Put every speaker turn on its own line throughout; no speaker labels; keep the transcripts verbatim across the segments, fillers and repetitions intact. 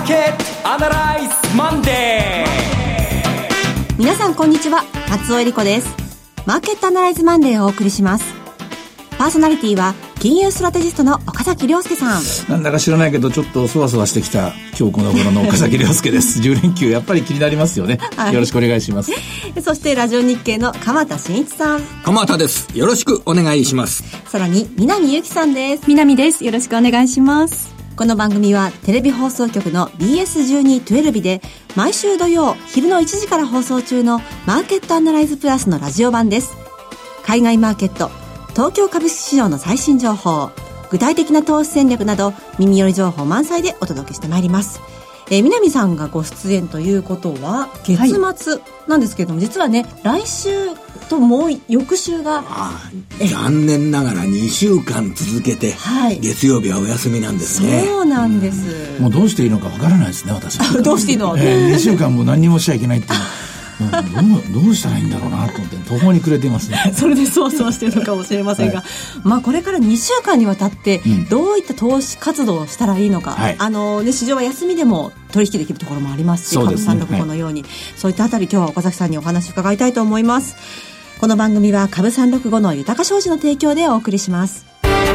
ーケットアナライズマンデー。
皆さんこんにちは、松尾恵理子です。マーケットアナライズマンデーをお送りします。パーソナリティは金融ストラテジストの岡崎亮介さん。
なんだか知らないけどちょっとそわそわしてきた今日この頃の岡崎亮介ですじゅう連休やっぱり気になりますよね、はい、よろしくお願いします。
そしてラジオ日経の鎌田新一さん。
鎌田です、よろしくお願いします。
さらに南由紀さんです。
南です、よろしくお願いします。
この番組はテレビ放送局の ビーエスじゅうにじゅうに で毎週土曜昼のいちじから放送中のマーケットアナライズプラスのラジオ版です。海外マーケット、東京株式市場の最新情報、具体的な投資戦略など耳寄り情報満載でお届けしてまいります。えー、南さんがご出演ということは月末なんですけれども、はい、実はね来週ともう翌週が
あ残念ながらにしゅうかん続けて、はい、月曜日はお休みなんですね。
そうなんです、
うん、もうどうしていいのかわからないですね私
どうしていいの、
えー、にしゅうかんも何にもしちゃいけないっていううん、ど, うどうしたらいいんだろうなと思って途方に暮れていますね。
それでそうそうしてるのかもしれませんが、はい、まあこれからにしゅうかんにわたってどういった投資活動をしたらいいのか、はい、あのね、市場は休みでも取引できるところもありますし、株さんろくごのように、はい、そういったあたり今日は岡崎さんにお話を伺いたいと思います。この番組は株さんろくごの豊か商事の提供でお送りします。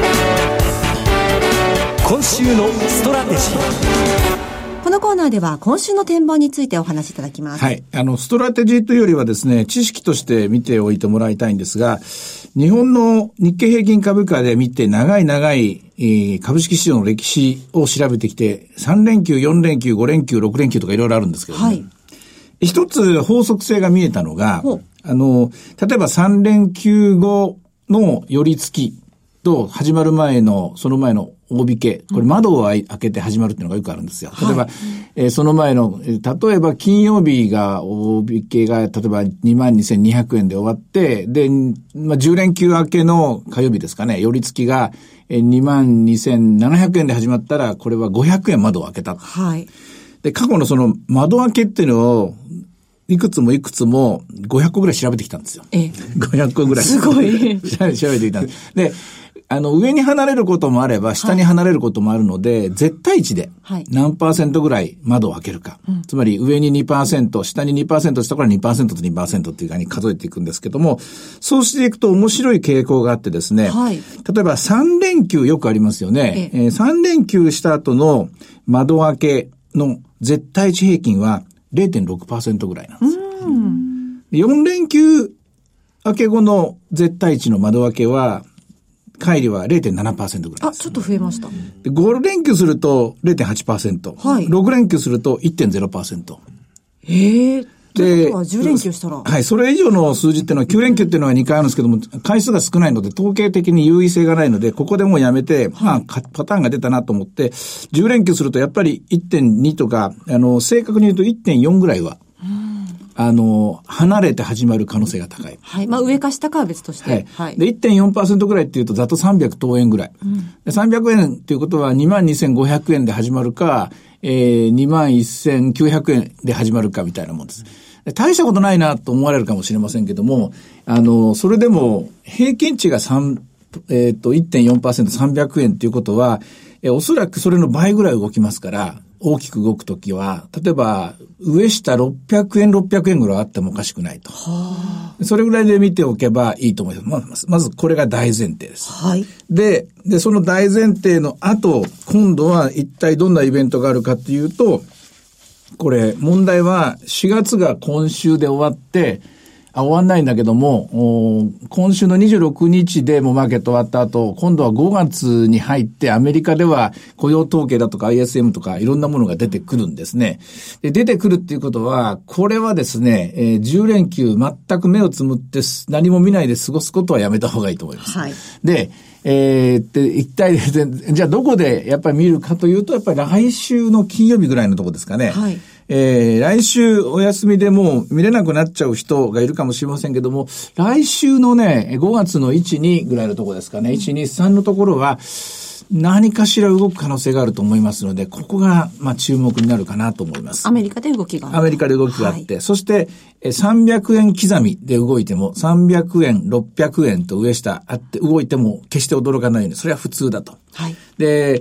今週のストラテジー。
このコーナーでは今週の展望についてお話しいただきます。
はい。あの、ストラテジーというよりはですね、知識として見ておいてもらいたいんですが、日本の日経平均株価で見て長い長い、えー、株式市場の歴史を調べてきて、さん連休、よん連休、ご連休、ろく連休とかいろいろあるんですけどね。はい。一つ法則性が見えたのが、あの、例えばさん連休後の寄り付きと始まる前の、その前の大引け、これ窓を開けて始まるっていうのがよくあるんですよ。例えば、はい、えー、その前の、例えば金曜日が大引けが例えば にまんにせんにひゃくえんで終わって、で、まあ、じゅう連休明けの火曜日ですかね、寄り付きが にまんにせんななひゃくえんで始まったら、これはごひゃくえん窓を開けた。はい。で、過去のその窓開けっていうのを、いくつもいくつもごひゃっこぐらい調べてきたんですよ。えごひゃっこぐらい。すごい。調べてきたんです。で、あの、上に離れることもあれば、下に離れることもあるので、はい、絶対値で何パーセントぐらい窓を開けるか。はい、つまり、上に にパーセント、下に にパーセント、下から にパーセント と にパーセント っていうふうに数えていくんですけども、そうしていくと面白い傾向があってですね、はい、例えばさん連休よくありますよね。ええー、さん連休した後の窓開けの絶対値平均は れいてんろくパーセント ぐらいなんですよ。うん、よん連休明け後の絶対値の窓開けは、乖離は れいてんななパーセント ぐらいです。
あ、ちょっと増えました。
で、ご連休すると れいてんはちパーセント。はい。ろく連休すると いってんゼロパーセント。
へえ。で、じゅう連休したら。
はい。それ以上の数字っていうのはきゅう連休っていうのはにかいあるんですけども、回数が少ないので、統計的に優位性がないので、ここでもうやめて、はい、まあ、パターンが出たなと思って、じゅう連休するとやっぱり いってんに とか、あの、正確に言うと いってんよん ぐらいは、あの、離れて始まる可能性が高い。
はい。まあ、上か下かは別として。はい。
はい、で、いってんよんパーセント ぐらいっていうと、ざっとさんびゃくとうえんぐらい。うん、でさんびゃくえんっていうことは にまんにせんごひゃくえんで始まるか、えー、にまんせんきゅうひゃくえんで始まるかみたいなもんです。で大したことないなと思われるかもしれませんけども、あの、それでも、平均値が3、えっと、いってんよんパーセント、さんびゃくえんっていうことは、えー、おそらくそれの倍ぐらい動きますから、大きく動くときは、例えば、上下ろっぴゃくえん、ろっぴゃくえんぐらいあってもおかしくないと。はあ、それぐらいで見ておけばいいと思います。まず、これが大前提です。はい。で、で、その大前提の後、今度は一体どんなイベントがあるかっていうと、これ、問題はしがつが今週で終わって、あ、終わんないんだけども、今週のにじゅうろくにちでもうマーケット終わった後、今度はごがつに入ってアメリカでは雇用統計だとか アイエスエム とかいろんなものが出てくるんですね。で、出てくるっていうことは、これはですね、えー、じゅう連休全く目をつむって何も見ないで過ごすことはやめた方がいいと思います。はい。で、えー、で、一体で、じゃあどこでやっぱり見るかというと、やっぱり来週の金曜日ぐらいのところですかね。はい。えー、来週お休みでもう見れなくなっちゃう人がいるかもしれませんけども、来週のね、ごがつのいち、にぐらいのところですかね、いち、に、さんのところは、何かしら動く可能性があると思いますので、ここが、まあ、注目になるかなと思います。
アメリカで動きがある。
アメリカで動きがあって、はい、そして、さんびゃくえん刻みで動いても、さんびゃくえん、ろっぴゃくえんと上下あって動いても決して驚かないように、それは普通だと。はい。で、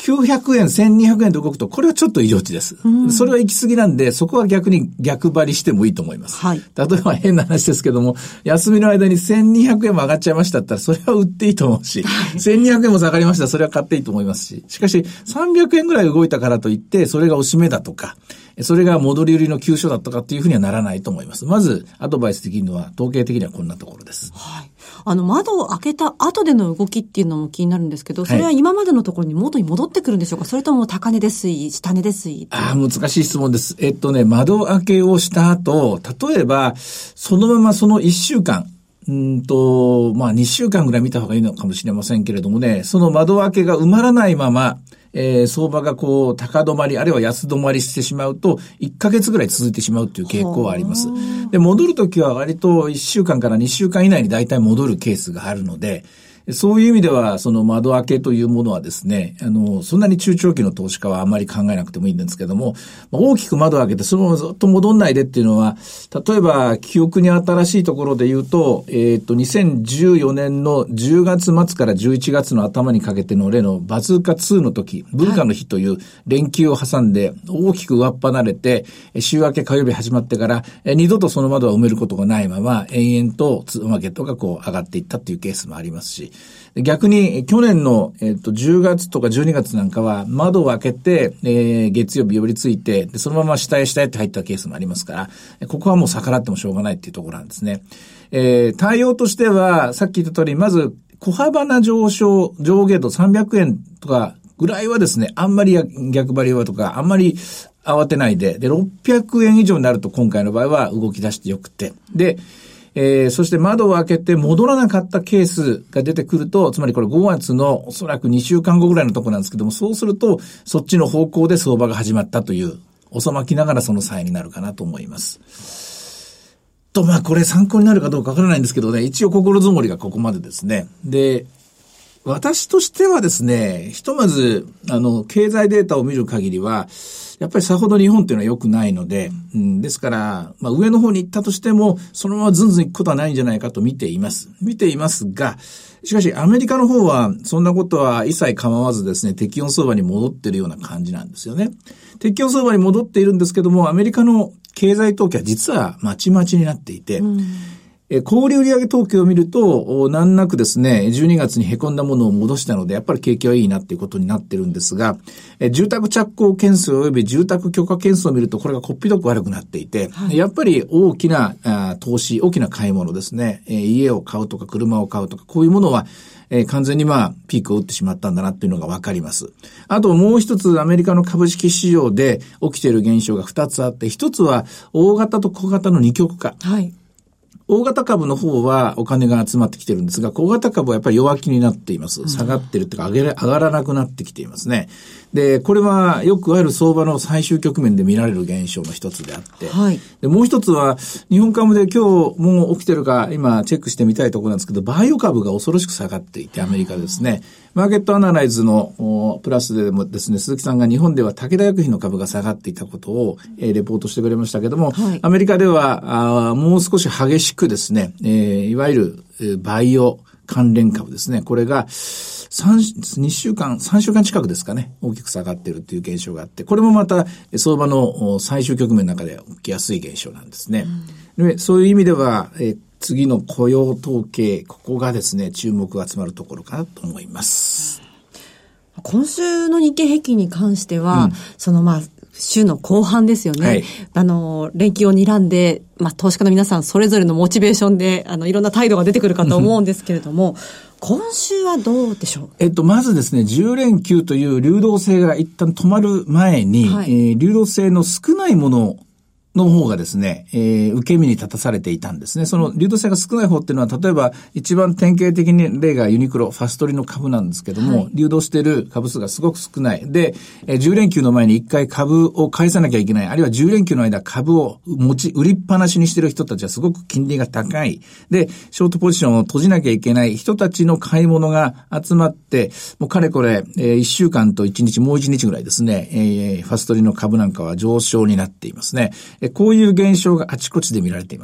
きゅうひゃくえん、せんにひゃくえんで動くと、これはちょっと異常値です。うん、それは行き過ぎなんで、そこは逆に逆張りしてもいいと思います。はい。例えば変な話ですけども、休みの間にせんにひゃくえんも上がっちゃいましたったら、それは売っていいと思うし、はい、せんにひゃくえんも下がりましたら、それは買っていいと思いますし、しかし、さんびゃくえんぐらい動いたからといって、それがおしめだとか、それが戻り売りの急所だとかっていうふうにはならないと思います。まず、アドバイスできるのは、統計的にはこんなところです。
はい。あの、窓を開けた後での動きっていうのも気になるんですけど、それは今までのところに元に戻ってくるんでしょうか、はい、それとも高値で推移、下値で推移。
ああ、難しい質問です。えっとね、窓開けをした後、例えば、そのままそのいっしゅうかん、うんと、まあにしゅうかんぐらい見た方がいいのかもしれませんけれどもね、その窓開けが埋まらないまま、えー、相場がこう、高止まり、あるいは安止まりしてしまうと、いっかげつぐらい続いてしまうという傾向はあります。で、戻るときは割といっしゅうかんからにしゅうかん以内に大体戻るケースがあるので、そういう意味では、その窓開けというものはですね、あの、そんなに中長期の投資家はあまり考えなくてもいいんですけども、大きく窓開けてそのままずっと戻んないでっていうのは、例えば記憶に新しいところで言うと、えっと、にせんじゅうよねんのじゅうがつ末からじゅういちがつの頭にかけての例のバズーカツーの時、文化の日という連休を挟んで大きく上っ離れて、週明け火曜日始まってから、二度とその窓は埋めることがないまま、延々とマーケットがこう上がっていったっていうケースもありますし、逆に去年の、えっと、じゅうがつとかじゅうにがつなんかは窓を開けて、えー、月曜日寄りついて、で、そのまま下へ下へって入ったケースもありますから、ここはもう逆らってもしょうがないっていうところなんですね。えー、対応としては、さっき言った通り、まず小幅な上昇、上下度さんびゃくえんとかぐらいはですね、あんまり逆張りはとか、あんまり慌てないで、で、ろっぴゃくえん以上になると今回の場合は動き出してよくて、で、えー、そして窓を開けて戻らなかったケースが出てくると、つまりこれごがつのおそらくにしゅうかんごぐらいのところなんですけども、そうするとそっちの方向で相場が始まったという、遅まきながらその際になるかなと思います。と、まあこれ参考になるかどうかわからないんですけどね、一応心づもりがここまでですね。で、私としてはですね、ひとまず、あの、経済データを見る限りは、やっぱりさほど日本っていうのは良くないので、うん、ですから、まあ上の方に行ったとしても、そのままずんずん行くことはないんじゃないかと見ています。見ていますが、しかしアメリカの方は、そんなことは一切構わずですね、適温相場に戻っているような感じなんですよね。適温相場に戻っているんですけども、アメリカの経済統計は実はまちまちになっていて、うん小売売上統計を見ると、難なくですね、じゅうにがつに凹んだものを戻したので、やっぱり景気はいいなっていうことになってるんですが、住宅着工件数及び住宅許可件数を見ると、これがこっぴどく悪くなっていて、はい、やっぱり大きなあ投資、大きな買い物ですね、家を買うとか車を買うとか、こういうものは、えー、完全にまあ、ピークを打ってしまったんだなっていうのがわかります。あともう一つ、アメリカの株式市場で起きている現象が二つあって、一つは大型と小型の二極化。はい。大型株の方はお金が集まってきてるんですが、小型株はやっぱり弱気になっています。下がってるっていうか、上げ、上がらなくなってきていますね。で、これはよくある相場の最終局面で見られる現象の一つであって、はい、でもう一つは、日本株で今日もう起きてるか、今チェックしてみたいところなんですけど、バイオ株が恐ろしく下がっていて、アメリカですね。マーケットアナライズのプラスでもですね、鈴木さんが日本では武田薬品の株が下がっていたことを、えー、レポートしてくれましたけども、はい、アメリカではあもう少し激しくですね、えー、いわゆる、えー、バイオ関連株ですね、これがさん、にしゅうかん、さんしゅうかん近くですかね、大きく下がっているという現象があって、これもまた相場の最終局面の中で起きやすい現象なんですね。うん、でそういう意味では、えー次の雇用統計、ここがですね、注目が集まるところかなと思います。
今週の日経平均に関しては、うん、そのまあ、週の後半ですよね。はい、あの、連休を睨んで、まあ、投資家の皆さんそれぞれのモチベーションで、あの、いろんな態度が出てくるかと思うんですけれども、今週はどうでしょう？
えっと、まずですね、じゅう連休という流動性が一旦止まる前に、はい、えー、流動性の少ないものをの方がですね、えー、受け身に立たされていたんですね。その流動性が少ない方っていうのは、例えば一番典型的に例がユニクロ、ファストリの株なんですけども、はい、流動している株数がすごく少ない。で、えー、じゅう連休の前に一回株を返さなきゃいけない。あるいはじゅう連休の間株を持ち、売りっぱなしにしている人たちはすごく金利が高い。で、ショートポジションを閉じなきゃいけない人たちの買い物が集まって、もうかれこれ、えー、いっしゅうかんといちにち、もういちにちぐらいですね、えー、ファストリの株なんかは上昇になっていますね。 こういう現象があちこちで見られています。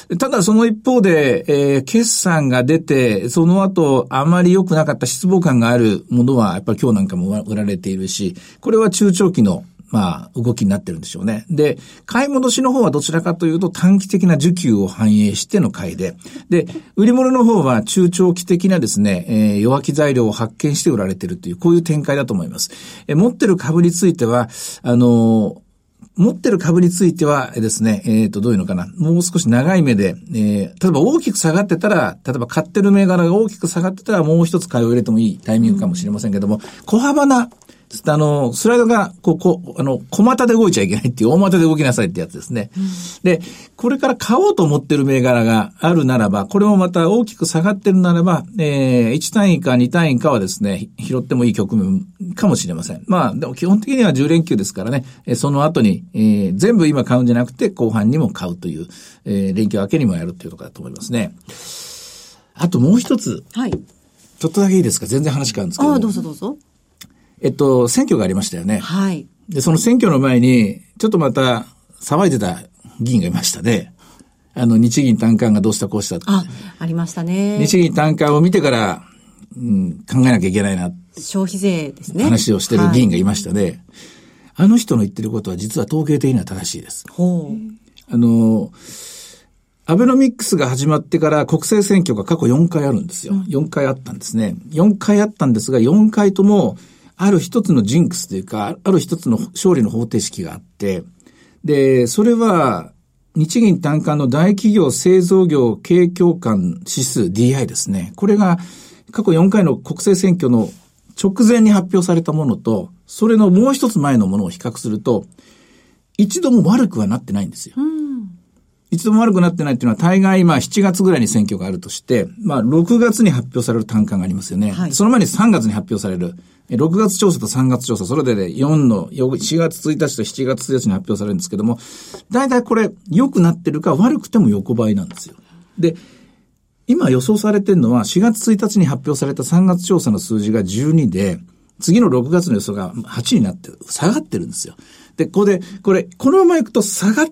ただその一方で、えー、決算が出て、その後あまり良くなかった失望感があるものは、やっぱり今日なんかも売られているし、これは中長期のまあ、動きになってるんでしょうね。で、買い戻しの方はどちらかというと短期的な需給を反映しての買いで、で、売り物の方は中長期的なですね、えー、弱気材料を発見して売られているという、こういう展開だと思います。えー、持ってる株については、あのー、持ってる株についてはですね、えっと、どういうのかな。もう少し長い目で、えー、例えば大きく下がってたら、例えば買ってる銘柄が大きく下がってたら、もう一つ買いを入れてもいいタイミングかもしれませんけども、うん、小幅な、あの、スライドが、こう、こう、あの、小股で動いちゃいけないっていう、大股で動きなさいってやつですね。うん、で、これから買おうと思ってる銘柄があるならば、これもまた大きく下がってるならば、えー、いち単位かに単位かはですね、拾ってもいい局面かもしれません。まあ、でも基本的にはじゅう連休ですからね、その後に、えー、全部今買うんじゃなくて、後半にも買うという、えー、連休明けにもやるというところだと思いますね。あともう一つ。はい。ちょっとだけいいですか？全然話変わるんですけど。
ああ、どうぞどうぞ。
えっと、選挙がありましたよね。
はい。
で、その選挙の前に、ちょっとまた騒いでた議員がいましたね。あの、日銀短観がどうしたこうしたって。
あ、ありましたね。
日銀短観を見てから、うん、考えなきゃいけないな。
消費税ですね。
話をしてる議員がいましたね。はい、あの人の言ってることは実は統計的には正しいです。ほう。あの、アベノミックスが始まってから国政選挙が過去よんかいあるんですよ。うん、よんかいあったんですね。よんかいあったんですが、よんかいとも、ある一つのジンクスというか、ある一つの勝利の方程式があって、で、それは、日銀短観の大企業製造業景況感指数 ディーアイ ですね。これが過去よんかいの国政選挙の直前に発表されたものと、それのもう一つ前のものを比較すると、一度も悪くはなってないんですよ。うん一度も悪くなってないっていうのは大概まあしちがつぐらいに選挙があるとして、まあろくがつに発表される短観がありますよね。はい、その前にさんがつに発表される。ろくがつ調査とさんがつ調査、それでよんのしがつついたちとしちがつついたちに発表されるんですけども、大体これ良くなってるか悪くても横ばいなんですよ。で、今予想されてるのはしがつついたちに発表されたさんがつ調査の数字がじゅうにで、次のろくがつの予想がはちになって下がってるんですよ。で、ここで、これ、このままいくと下がって、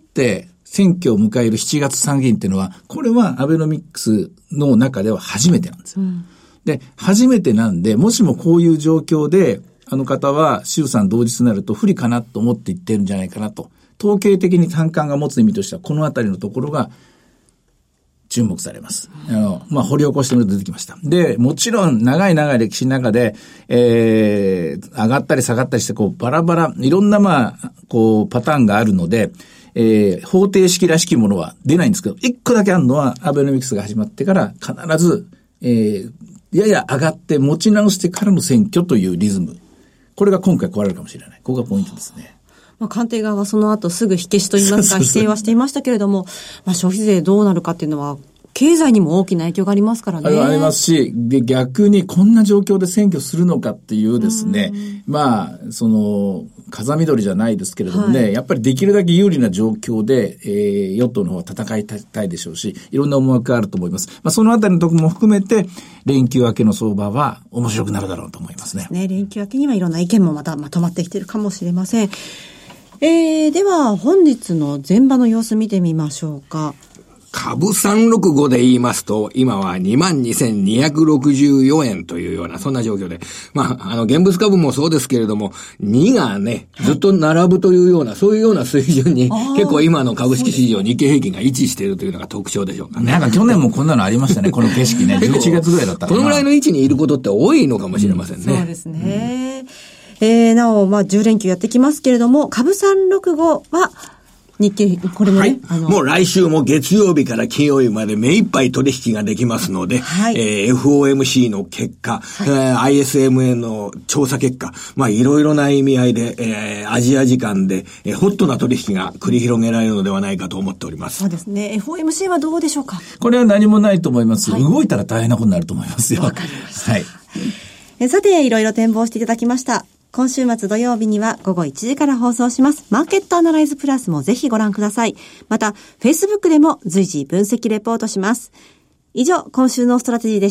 選挙を迎えるしちがつ参議院っていうのは、これはアベノミックスの中では初めてなんですよ。うん、で、初めてなんで、もしもこういう状況で、あの方は衆参同日になると不利かなと思って言ってるんじゃないかなと。統計的に短観が持つ意味としては、このあたりのところが注目されます。あの、まあ、掘り起こしてみると出てきました。で、もちろん長い長い歴史の中で、えー、上がったり下がったりして、こう、バラバラ、いろんなまあ、こう、パターンがあるので、えー、方程式らしきものは出ないんですけど、一個だけあるのは、アベノミクスが始まってから必ず、えー、やや上がって持ち直してからの選挙というリズム。これが今回壊れるかもしれない。ここがポイントですね。
まあ、官邸側はその後すぐ火消しといいますか、否定はしていましたけれども、まあ、消費税どうなるかっていうのは、経済にも大きな影響がありますからね。
ありますし、で、逆にこんな状況で選挙するのかっていうですね、まあ、その、風緑じゃないですけれどもね、はい、やっぱりできるだけ有利な状況で、えー、与党の方は戦いたいでしょうし、いろんな思惑があると思います。まあ、そのあたりのところも含めて、連休明けの相場は面白くなるだろうと思いますね。
そうですね。連休明けにはいろんな意見もまたまとまってきているかもしれません。えー、では、本日の前場の様子見てみましょうか。
株さんろくごで言いますと、今は にまんにせんにひゃくろくじゅうよえんというような、そんな状況で。まあ、あの、現物株もそうですけれども、にがね、ずっと並ぶというような、そういうような水準に、結構今の株式市場、日経平均が位置しているというのが特徴でしょうかね。
なんか去年もこんなのありましたね、この景色ね。じゅういちがつぐらいだったかな。
このぐらいの位置にいることって多いのかもしれませんね。
うん、そうですね。うん、えー、なお、まあ、じゅう連休やってきますけれども、株さんろくごは、日経、これもね、
はい、あのもう来週も月曜日から金曜日まで目いっぱい取引ができますので、はい、えー、エフオーエムシー の結果、はい、えー、アイエスエムエー の調査結果、まあいろいろな意味合いで、えー、アジア時間で、えー、ホットな取引が繰り広げられるのではないかと思っております。
そうですね。エフオーエムシー はどうでしょうか。
これは何もないと思います。はい、動いたら大変なことになると思いますよ。
わかりました。はい。
え
さて、いろいろ展望していただきました。今週末土曜日には午後いちじから放送しますマーケットアナライズプラスもぜひご覧ください。また Facebook でも随時分析レポートします。以上、今週のストラテジーでした。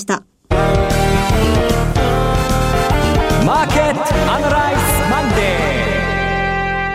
マーケットアナライズマンデー。
それ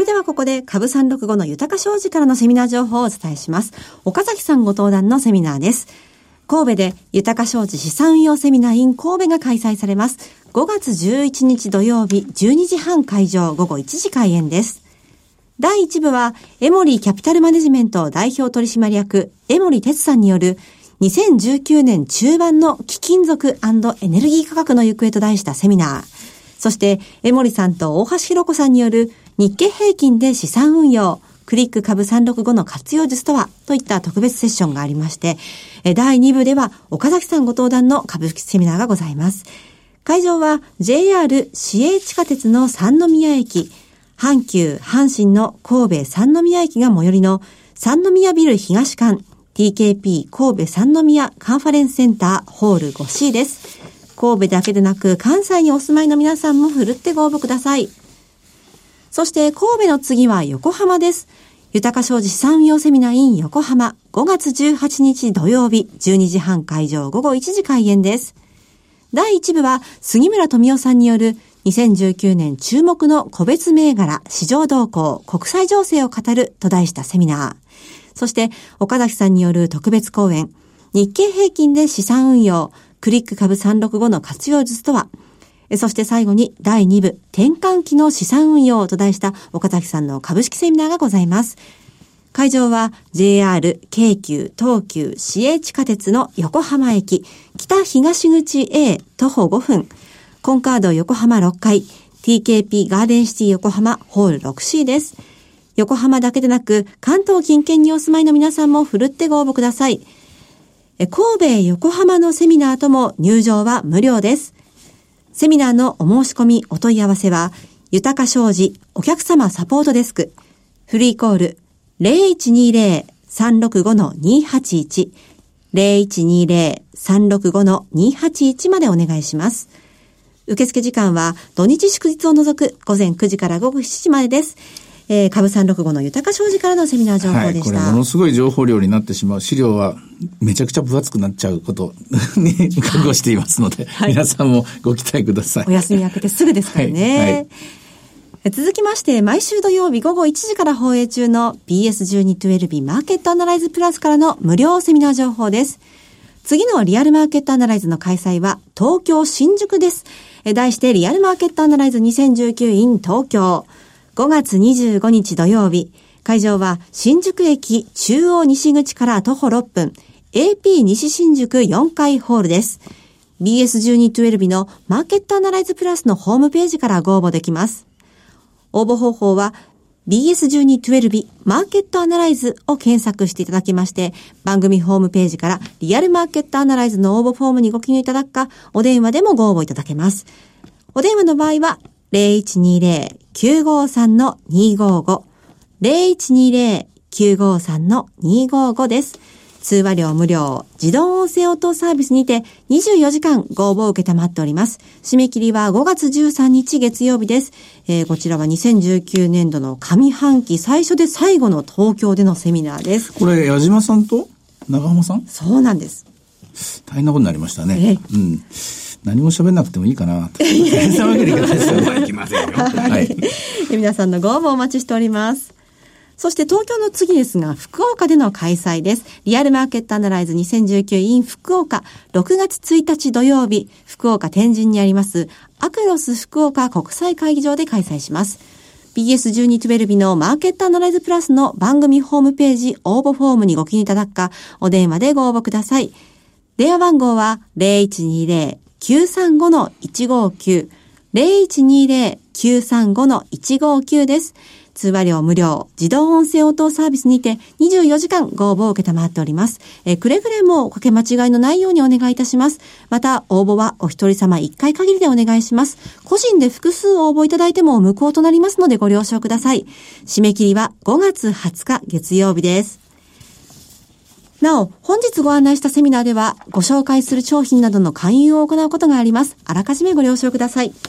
れではここで株さんろくごの豊か商事からのセミナー情報をお伝えします。岡崎さんご登壇のセミナーです。神戸で豊か商事資産運用セミナー in 神戸が開催されます。ごがつじゅういちにち土曜日じゅうにじはん会場、午後いちじ開演です。だいいち部はエモリーキャピタルマネジメント代表取締役江森哲さんによるにせんじゅうきゅうねん中盤の貴金属&エネルギー価格の行方と題したセミナー。そして江森さんと大橋弘子さんによる日経平均で資産運用、クリック株さんろくごの活用術とはといった特別セッションがありまして、だいに部では岡崎さんご登壇の株式セミナーがございます。会場は ジェイアール 市営地下鉄の三宮駅、阪急阪神の神戸三宮駅が最寄りの三宮ビル東館 ティーケーピー 神戸三宮カンファレンスセンターホール ごシー です。神戸だけでなく関西にお住まいの皆さんもふるってご応募ください。そして神戸の次は横浜です。豊か商事資産運用セミナー in 横浜、ごがつじゅうはちにち土曜日じゅうにじはん会場、午後いちじ開演です。だいいち部は杉村富夫さんによるにせんじゅうきゅうねん注目の個別銘柄市場動向国際情勢を語ると題したセミナー。そして岡崎さんによる特別講演、日経平均で資産運用クリック株さんろくごの活用術とは。そして最後にだいに部転換期の資産運用と題した岡崎さんの株式セミナーがございます。会場は ジェイアール、京急、東急、市営地下鉄の横浜駅、北東口 A 徒歩ごふん、コンカード横浜ろっかい、ティーケーピー ガーデンシティ横浜ホール ろくシー です。横浜だけでなく関東近県にお住まいの皆さんもふるってご応募ください。神戸横浜のセミナーとも入場は無料です。セミナーのお申し込みお問い合わせは豊か商事お客様サポートデスク、フリーコール ゼロいちにゼロ さんろくご にはちいち ゼロいちにゼロ さんろくご にはちいちまでお願いします。受付時間は土日祝日を除く午前くじから午後しちじまでです。えー、株さんろくごの豊か商事からのセミナー情報でした。
はい、これものすごい情報量になってしまう。資料はめちゃくちゃ分厚くなっちゃうことに覚悟していますので、はい、皆さんもご期待ください。
お休み明けてすぐですからね。はいはい、続きまして、毎週土曜日午後いちじから放映中の ビーエスじゅうにじゅうに マーケットアナライズプラスからの無料セミナー情報です。次のリアルマーケットアナライズの開催は東京新宿です。題してリアルマーケットアナライズにせんじゅうきゅう in 東京。ごがつにじゅうごにち土曜日。会場は新宿駅中央西口から徒歩ろっぷん。エーピー 西新宿よんかいホールです。ビーエスじゅうにじゅうに のマーケットアナライズプラスのホームページからご応募できます。応募方法は ビーエスじゅうにじゅうに マーケットアナライズを検索していただきまして、番組ホームページからリアルマーケットアナライズの応募フォームにご記入いただくか、お電話でもご応募いただけます。お電話の場合は ゼロいちにゼロ きゅうごさん にごご ゼロいちにゼロ きゅうごさん にごご です。通話料無料、自動音声応答サービスにてにじゅうよじかんご応募を受けたまっております。締め切りはごがつじゅうさんにち月曜日です。えー、こちらはにせんじゅうきゅうねんどの上半期最初で最後の東京でのセミナーです。
これ矢島さんと長浜さん？
そうなんです。
大変なことになりましたね。えー、うん。何も喋んなくてもいいかなと。そういうわけでいかないですよ。はいきませんよ。はい。
皆さんのご応募お待ちしております。そして東京の次ですが、福岡での開催です。リアルマーケットアナライズにせんじゅうきゅう in 福岡、ろくがつついたち土曜日、福岡天神にありますアクロス福岡国際会議場で開催します。ビーエスじゅうにじゅうに のマーケットアナライズプラスの番組ホームページ応募フォームにご記入いただくか、お電話でご応募ください。電話番号は ゼロいちにゼロ きゅうさんご いちごきゅう ゼロいちにゼロ きゅうさんご いちごきゅう です。通話料無料、自動音声応答サービスにてにじゅうよじかんご応募を受けたまっております。えー、くれぐれもおかけ間違いのないようにお願いいたします。また、応募はお一人様いっかい限りでお願いします。個人で複数応募いただいても無効となりますのでご了承ください。締め切りはごがつはつか月曜日です。なお、本日ご案内したセミナーでは、ご紹介する商品などの勧誘を行うことがあります。あらかじめご了承ください。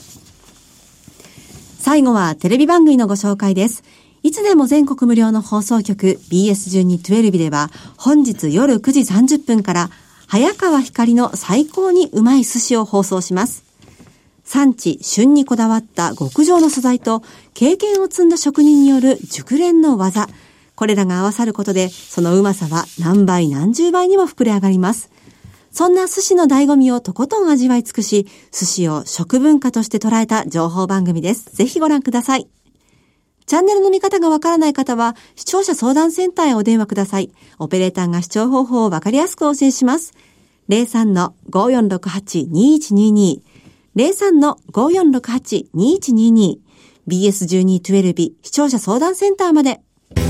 最後はテレビ番組のご紹介です。いつでも全国無料の放送局 ビーエスじゅうにじゅうに では本日夜くじさんじゅっぷんから早川ひかりの最高にうまい寿司を放送します。 産地、旬にこだわった極上の素材と経験を積んだ職人による熟練の技。これらが合わさることで、そのうまさは何倍何十倍にも膨れ上がります。そんな寿司の醍醐味をとことん味わい尽くし、寿司を食文化として捉えた情報番組です。ぜひご覧ください。チャンネルの見方がわからない方は、視聴者相談センターへお電話ください。オペレーターが視聴方法をわかりやすくお教えします。ゼロさんのごーよんろくはちにーいちにーにー ゼロさんのごーよんろくはちにーいちにーにー ビーエスじゅうにじゅうに 視聴者相談センターまで。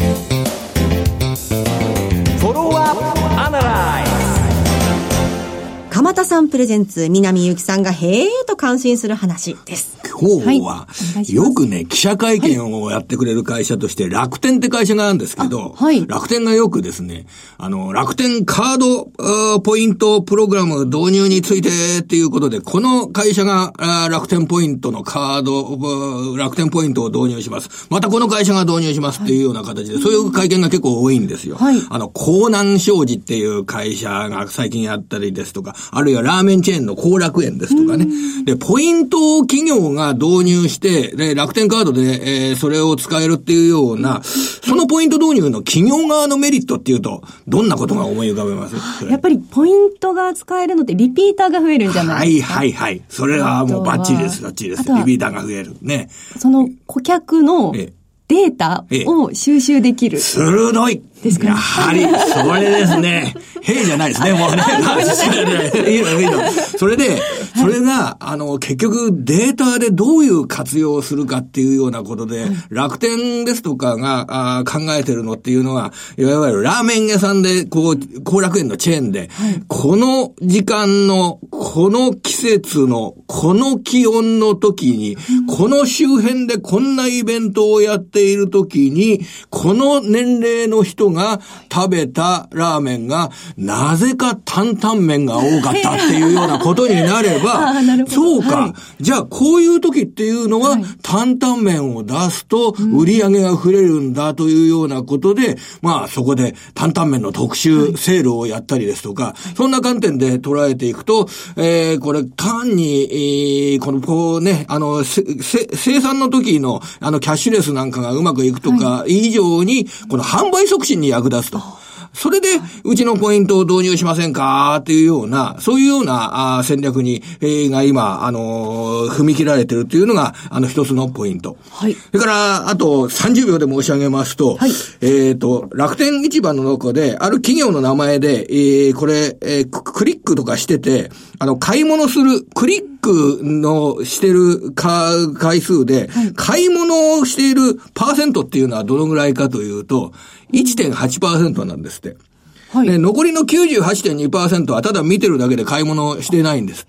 フォローアップアナライズ。
鎌田さんプレゼンツ、南ゆきさんがへーと感心する話です。
今日は、よくね、記者会見をやってくれる会社として、楽天って会社があるんですけど、はい、楽天がよくですね、あの、楽天カードポイントプログラム導入についてっていうことで、この会社が楽天ポイントのカード、楽天ポイントを導入します。またこの会社が導入しますっていうような形で、はい、そういう会見が結構多いんですよ。はい、あの、江南商事っていう会社が最近やったりですとか、あるいはラーメンチェーンの後楽園ですとかね。で、ポイントを企業が導入して、で、楽天カードで、えー、それを使えるっていうような、そのポイント導入の企業側のメリットっていうと、どんなことが思い浮かべます？
やっぱりポイントが使えるのってリピーターが増えるんじゃないですか？
はいはいはい。それはもうバッチリです、バッチリです。リピーターが増える。ね。
その顧客のデータを収集できる。
鋭いですかね。やはり、それですね。へいじゃないですね、もうね。いいの、いいの。それで、それが、あの、結局、データでどういう活用をするかっていうようなことで、はい、楽天ですとかがあ考えてるのっていうのは、いわゆるラーメン屋さんで、こう、後楽園のチェーンで、はい、この時間の、この季節の、この気温の時に、うん、この周辺でこんなイベントをやっている時に、この年齢の人がが食べたラーメンがなぜか担々麺が多かったっていうようなことになればそうか、はい、じゃあこういう時っていうのは、はい、担々麺を出すと売り上げが増えるんだというようなことで、うん、まあそこで担々麺の特集セールをやったりですとか、はい、そんな観点で捉えていくと、えー、これ単に、えー、このこうねあの生産の時のあのキャッシュレスなんかがうまくいくとか以上に、はい、この販売促進に役立つと。それで、うちのポイントを導入しませんかっていうような、そういうようなあ戦略に、えー、が今、あのー、踏み切られているというのが、あの一つのポイント。はい。それから、あとさんじゅうびょうで申し上げますと、はい、えっと、楽天市場の中で、ある企業の名前で、えー、これ、えー、クリックとかしてて、あの、買い物する、クリックのしてる回数で、はい、買い物をしているパーセントっていうのはどのぐらいかというと、いってんはちパーセント なんですって。はい、で残りの きゅうじゅうはちてんにパーセント はただ見てるだけで買い物してないんですって。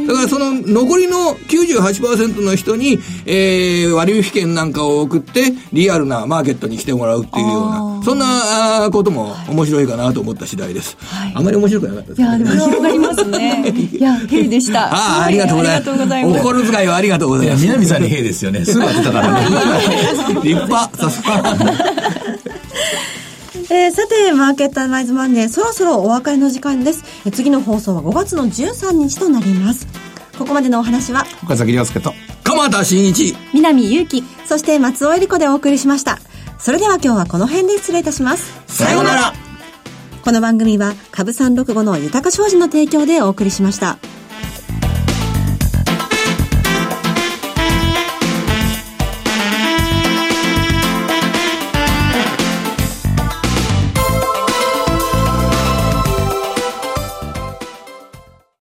だからその残りの きゅうじゅうはちパーセント の人に、えー、割引券なんかを送ってリアルなマーケットに来てもらうっていうような、そんなことも面白いかなと思った次第です。はい、あんまり面白くなかったですね。
いや、でも広がりますね。いや、へいでした。
ああ、ありがとうございます。ありがとうございます。お心遣いはありがとうございます。
南さんにへいですよね。すぐ当てたからね。
立派。さすが。
えー、さて、マーケットアナライズマンデー、そろそろお別れの時間です。え次の放送はごがつのじゅうさんにちとなります。ここまでのお話は
岡崎亮介と
鎌田新一、
南祐希、
そして松尾恵理子でお送りしました。それでは今日はこの辺で失礼いたします。
さようなら。
この番組は株さんろくごの豊か商事の提供でお送りしました。